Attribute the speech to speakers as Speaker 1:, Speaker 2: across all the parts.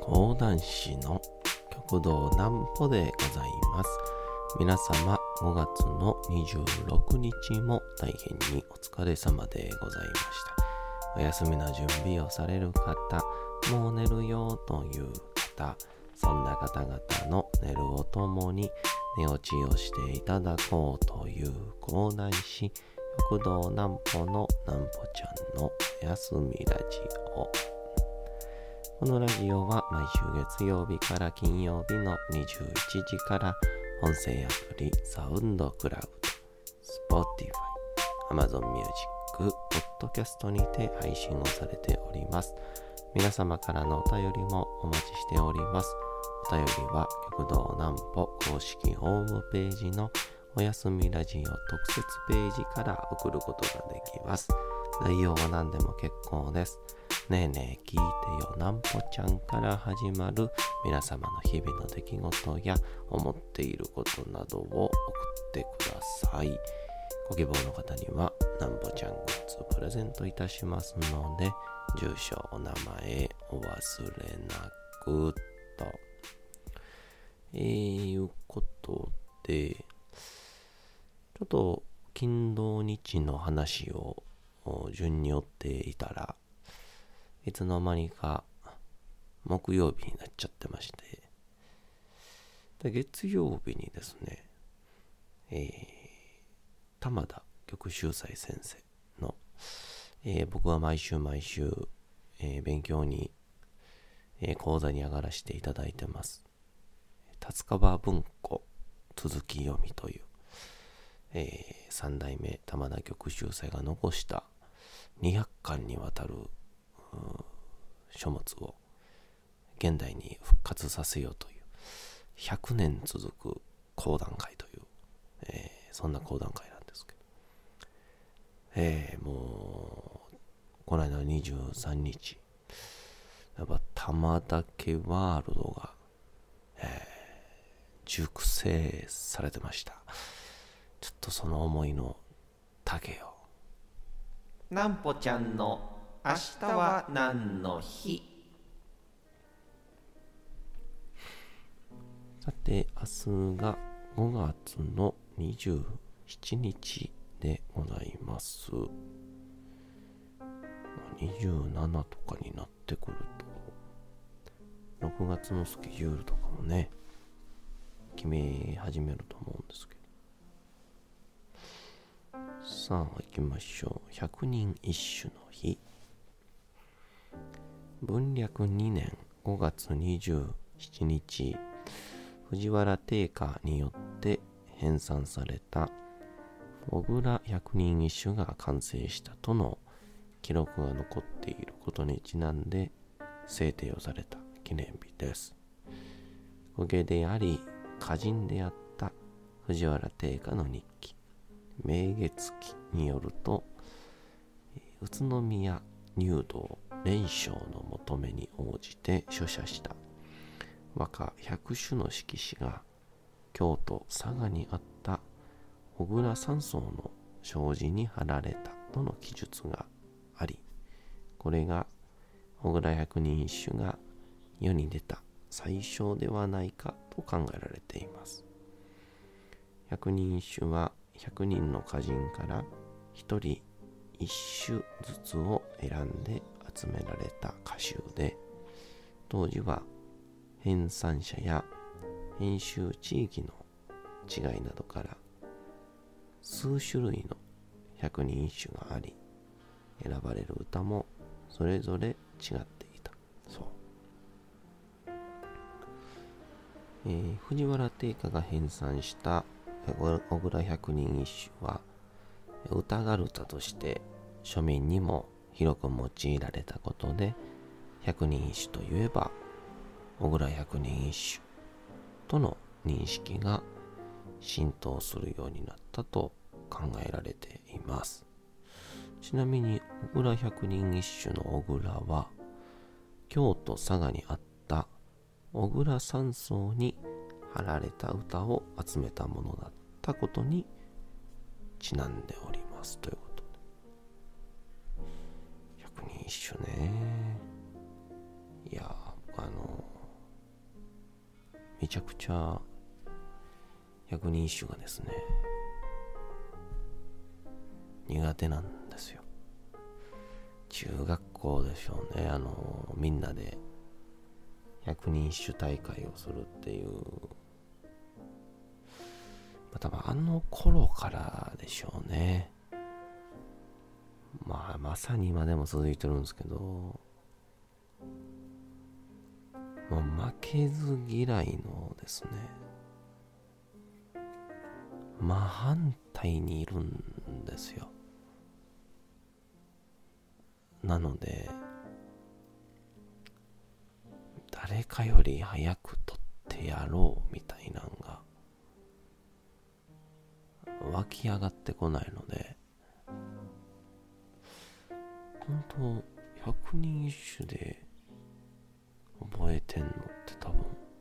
Speaker 1: 講談師の極道南歩でございます。皆様5月の26日も大変にお疲れ様でございました。お休みの準備をされる方、もう寝るよという方、そんな方々の寝るをともに寝落ちをしていただこうという講談師極道南歩の南歩ちゃんのお休みラジオ。このラジオは毎週月曜日から金曜日の21時から音声アプリサウンドクラウド、Spotify、Amazon Music、Podcast にて配信をされております。皆様からのお便りもお待ちしております。お便りは極道南歩公式ホームページのおやすみラジオ特設ページから送ることができます。内容は何でも結構です。ねえねえ聞いてよ南歩ちゃんから始まる皆様の日々の出来事や思っていることなどを送ってください。ご希望の方には南歩ちゃんグッズプレゼントいたしますので、住所お名前お忘れなくということで、ちょっと金土日の話を順に追っていたらいつの間にか木曜日になっちゃってまして、で月曜日にですね、玉田玉秀斎先生の、僕は毎週、勉強に、講座に上がらせていただいてます。達川文庫続き読みという、三代目玉田玉秀斎が残した200巻にわたる書物を現代に復活させようという100年続く講談会という、そんな講談会なんですけど、もうこの間の23日やっぱ玉田家ワールドが、熟成されてました。ちょっとその思いの丈を南歩ちゃんの明日は何の日。さて明日が5月の27日でございます。27とかになってくると6月のスケジュールとかもね決め始めると思うんですけど、さあ行きましょう。百人一首の日。文暦2年5月27日、藤原定家によって編纂された小倉百人一首が完成したとの記録が残っていることにちなんで制定をされた記念日です。公家であり歌人であった藤原定家の日記明月記によると、宇都宮入道蓮生の求めに応じて書写した和歌百首の色紙が京都佐賀にあった小倉山荘の障子に貼られたとの記述があり、これが小倉百人一首が世に出た最初ではないかと考えられています。百人一首は100人の歌人から1人1首ずつを選んで集められた歌集で、当時は編纂者や編集地域の違いなどから数種類の百人一首があり、選ばれる歌もそれぞれ違っていたそう。藤原定家が編纂した小倉百人一首は歌がるたとして庶民にも広く用いられたことで、百人一首といえば小倉百人一首との認識が浸透するようになったと考えられています。ちなみに小倉百人一首の小倉は京都佐賀にあった小倉山荘に貼られた歌を集めたものだったことにちなんでおりますということで、百人一首ね。いやめちゃくちゃ百人一首がですね苦手なんですよ。中学校でしょうね。みんなで百人一首大会をするっていう、多分あの頃からでしょうね。まさに今でも続いてるんですけど、もう負けず嫌いのですね、真反対にいるんですよ。なので誰かより早く取ってやろうみたいなのが湧き上がってこないので、本当百人一首で覚えてんのって多分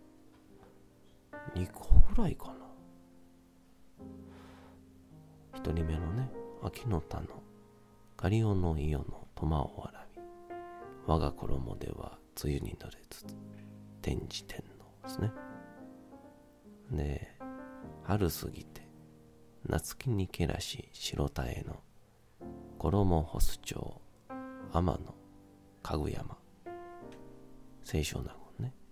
Speaker 1: 2個ぐらいかな。1人目のね、秋の田のガリオの伊予の苫をわらび、我が衣では梅雨に濡れつつ天智天皇ですね。で、春過ぎて夏木にけらし白田への衣干す町天のかぐ山、清少納言ね。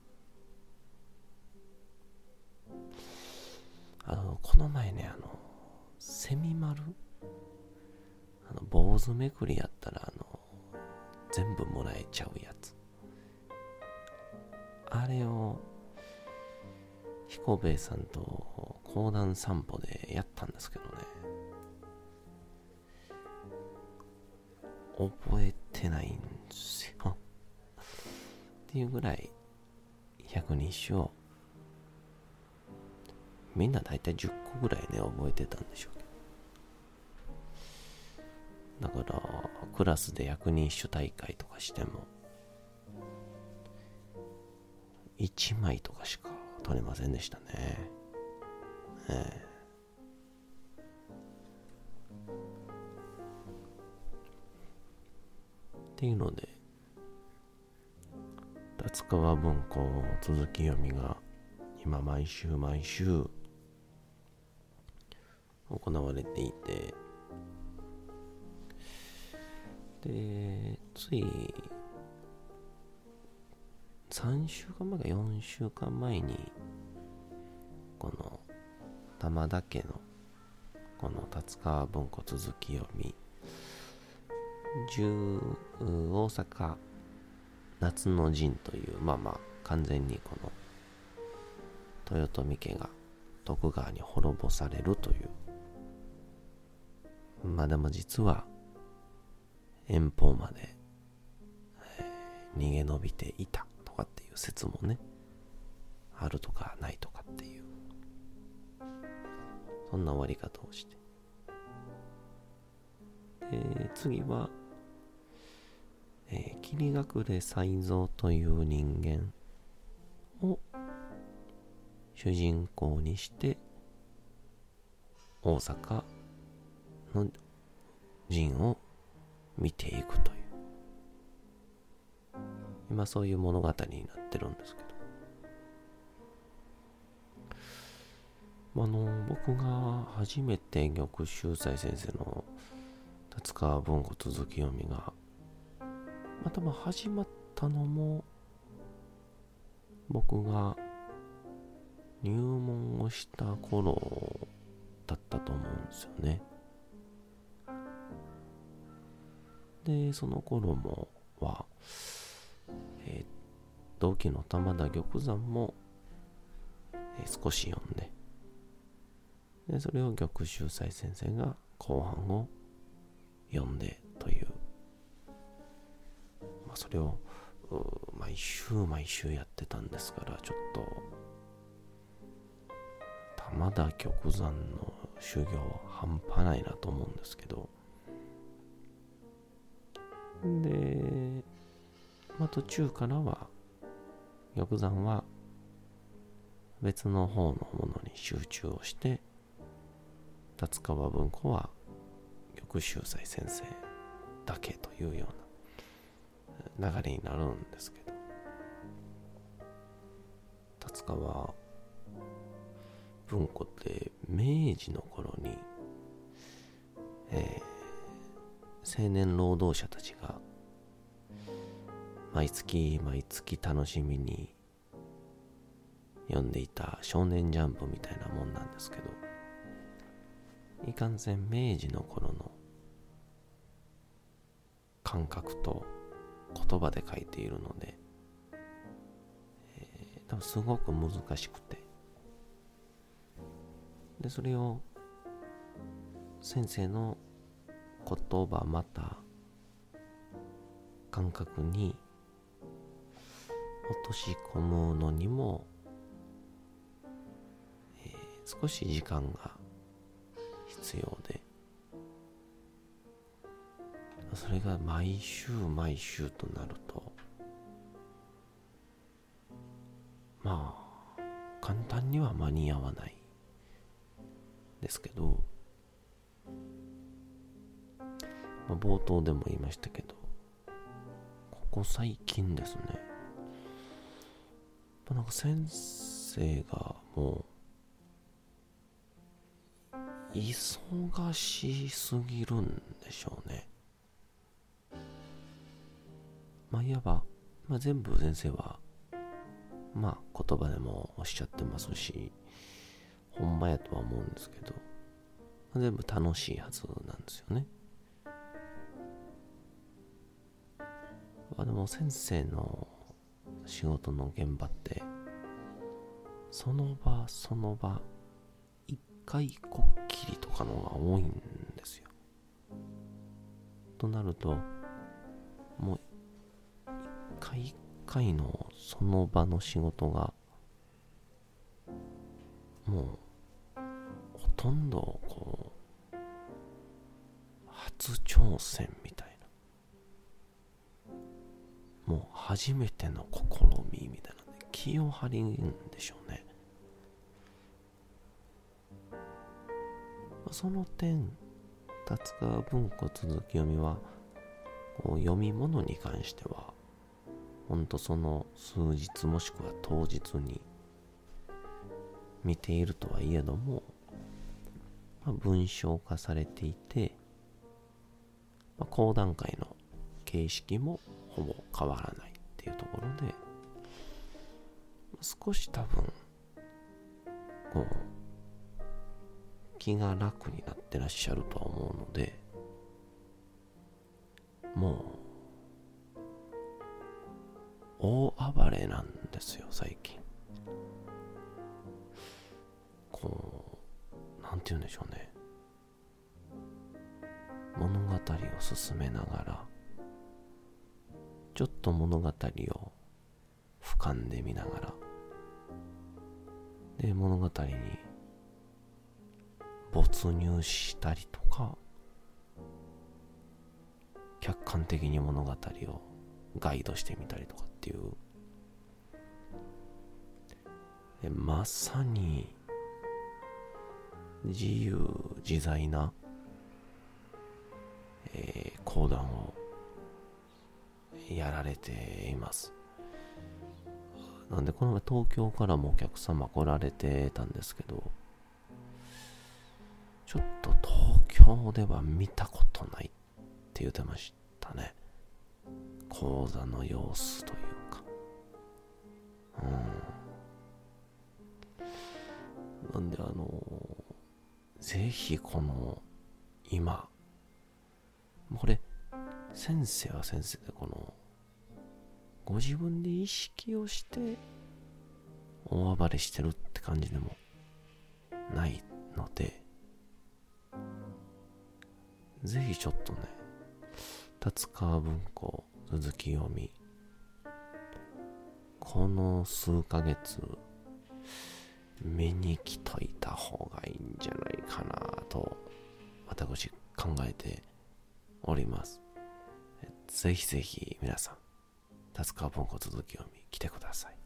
Speaker 1: この前ね、セミ丸、坊主めくりやったら全部もらえちゃうやつ、あれを彦兵衛さんと講談散歩でやったんですけどね、覚えてないんですよっていうぐらい百人一首をみんなだいたい10個ぐらいね覚えてたんでしょうけど、だからクラスで百人一首大会とかしても1枚とかしか取れませんでしたね。っていうので、立川文庫続き読みが今毎週行われていて、でつい3週間前か4週間前にこの玉田家のこの立川文庫続き読み大阪夏の陣という、完全にこの豊臣家が徳川に滅ぼされるという、でも実は遠方まで、逃げ延びていたとかっていう説もねあるとかないとかっていう、そんな終わり方をして、次は、霧隠れ才蔵という人間を主人公にして大阪の陣を見ていくという、今そういう物語になってるんですけど、僕が初めて玉秀斎先生の立川文庫続き読みが多分始まったのも僕が入門をした頃だったと思うんですよね。でその頃もは、同期の玉田玉山も、少し読んで、それを玉秀斎先生が後半を読んでという、それを毎週やってたんですから、ちょっと玉田玉山の修行は半端ないなと思うんですけど、で途中からは玉山は別の方のものに集中をして、立川文庫は玉秀斎先生だけというような流れになるんですけど、 立川文庫って明治の頃に、青年労働者たちが毎月毎月楽しみに読んでいた少年ジャンプみたいなもんなんですけど、いかんせん明治の頃の感覚と言葉で書いているので、多分すごく難しくて、でそれを先生の言葉また感覚に落とし込むのにも、少し時間が必要で、それが毎週毎週となると、まあ簡単には間に合わないですけど、冒頭でも言いましたけど、ここ最近ですね、なんか先生がもう忙しすぎるんでしょうね。いわば、全部先生は言葉でもおっしゃってますし、ほんまやとは思うんですけど、全部楽しいはずなんですよね。でも先生の仕事の現場ってその場その場一回こっきりとかのが多いんですよ。となると、もう一回一回のその場の仕事がもうほとんどこう初挑戦みたいな、もう初めての試みみたいなので気を張りんでしょうね。その点、立川文庫続き読みはこう読み物に関してはほんとその数日もしくは当日に見ているとはいえども、文章化されていて、講談会の形式もほぼ変わらないっていうところで、少し多分こう気が楽になってらっしゃるとは思うので、もう大暴れなんですよ最近。こうなんて言うんでしょうね、物語を進めながらちょっと物語を俯瞰で見ながら、で物語に没入したりとか、客観的に物語をガイドしてみたりとかっていう、まさに自由自在な、講談をやられています。なんでこの東京からもお客様来られてたんですけど、ちょっと東京では見たことないって言ってましたね。講座の様子というか、なんでぜひこの今これ先生は先生でこのご自分で意識をして大暴れしてるって感じでもないので、ぜひちょっとね、立川文庫続き読み、この数ヶ月見に来といた方がいいんじゃないかなと私考えております。ぜひぜひ皆さん、立川文庫続き読み来てください。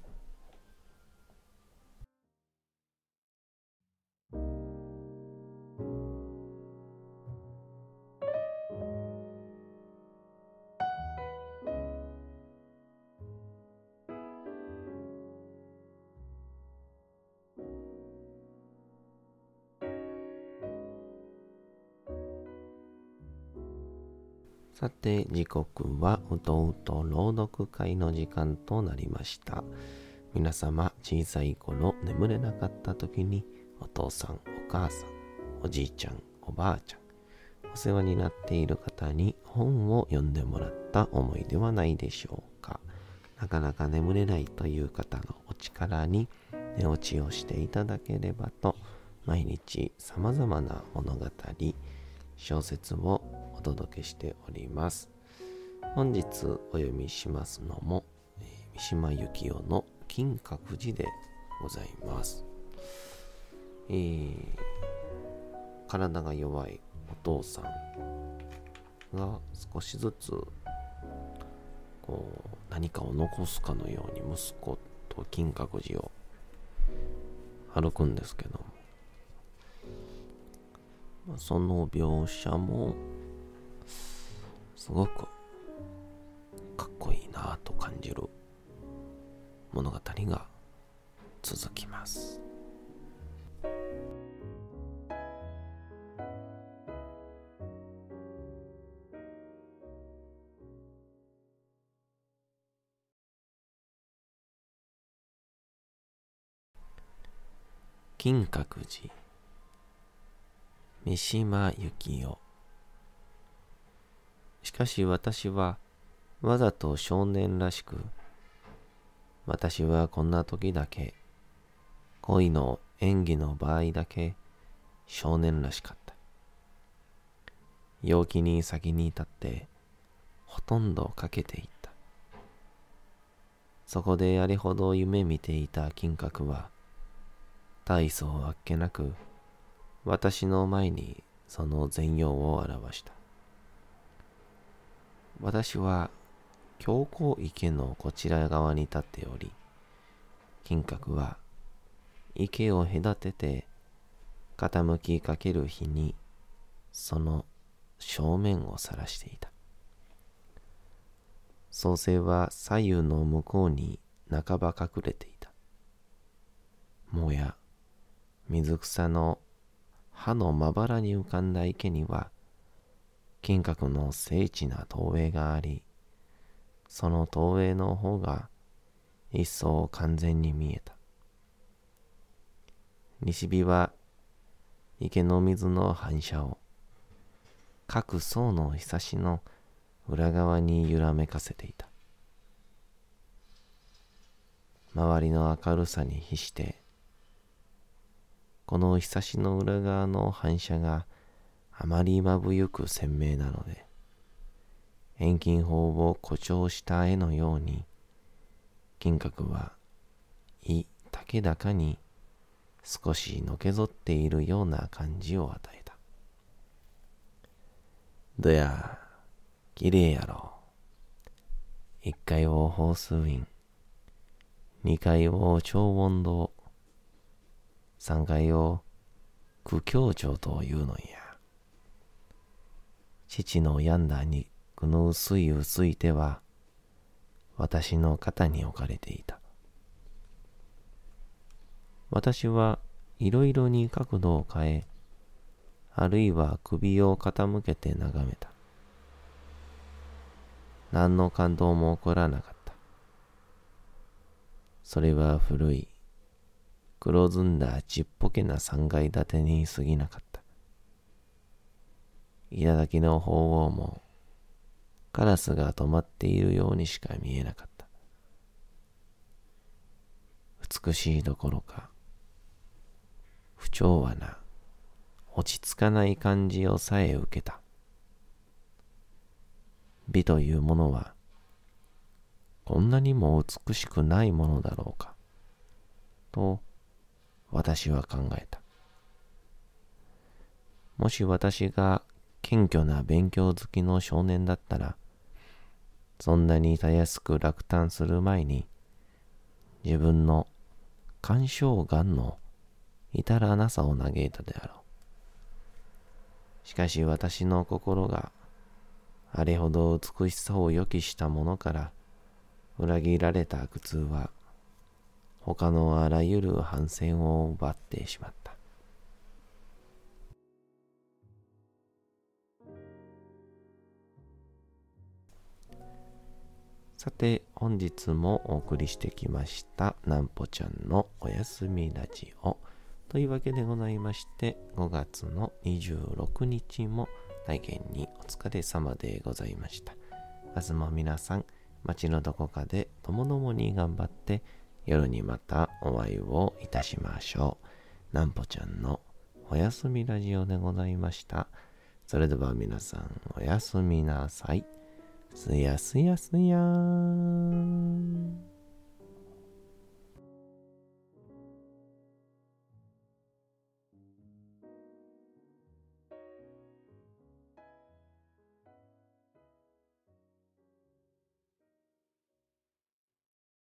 Speaker 1: さて、時刻はうとうと朗読会の時間となりました。皆様、小さい頃眠れなかった時にお父さん、お母さん、おじいちゃん、おばあちゃん、お世話になっている方に本を読んでもらった思いではないでしょうか。なかなか眠れないという方のお力に寝落ちをしていただければと、毎日様々な物語、小説をお届けしております。本日お読みしますのも、三島由紀夫の金閣寺でございます。体が弱いお父さんが少しずつ何かを残すかのように息子と金閣寺を歩くんですけども、その描写もすごくかっこいいなと感じる物語が続きます。金閣寺、三島由紀夫。しかし私はわざと少年らしく、私はこんな時だけ、恋の演技の場合だけ少年らしかった。陽気に先に立ってほとんどかけていった。そこであれほど夢見ていた金閣は大層あっけなく私の前にその全容を表した。私は京口池のこちら側に立っており、金閣は池を隔てて傾きかける日にその正面を晒していた。創生は左右の向こうに半ば隠れていた。もや水草の葉のまばらに浮かんだ池には金閣の精緻な投影があり、その投影の方が一層完全に見えた。西日は池の水の反射を各層のひさしの裏側に揺らめかせていた。周りの明るさに比してこのひさしの裏側の反射があまりまぶゆく鮮明なので、遠近法を誇張した絵のように、金閣は竹高に少しのけぞっているような感じを与えた。どや、きれいやろ。1階を放水院、2階を長音堂、3階を苦境長というのや。父の病んだにこの薄い手は私の肩に置かれていた。私はいろいろに角度を変え、あるいは首を傾けて眺めた。何の感動も起こらなかった。それは古い、黒ずんだちっぽけな3階建てに過ぎなかった。頂の鳳凰もカラスが止まっているようにしか見えなかった。美しいどころか、不調和な、落ち着かない感じをさえ受けた。美というものは、こんなにも美しくないものだろうか、と私は考えた。もし私が謙虚な勉強好きの少年だったら、そんなにたやすく落胆する前に、自分の鑑賞眼の至らなさを嘆いたであろう。しかし私の心があれほど美しさを予期したものから裏切られた苦痛は、他のあらゆる反省を奪ってしまった。 さて、本日もお送りしてきましたなんぽちゃんのおやすみラジオというわけでございまして、5月の26日も大変にお疲れ様でございました。明日も皆さん、街のどこかでともどもに頑張って夜にまたお会いをいたしましょう。なんぽちゃんのおやすみラジオでございました。それでは皆さんおやすみなさい。すやすやすやーん。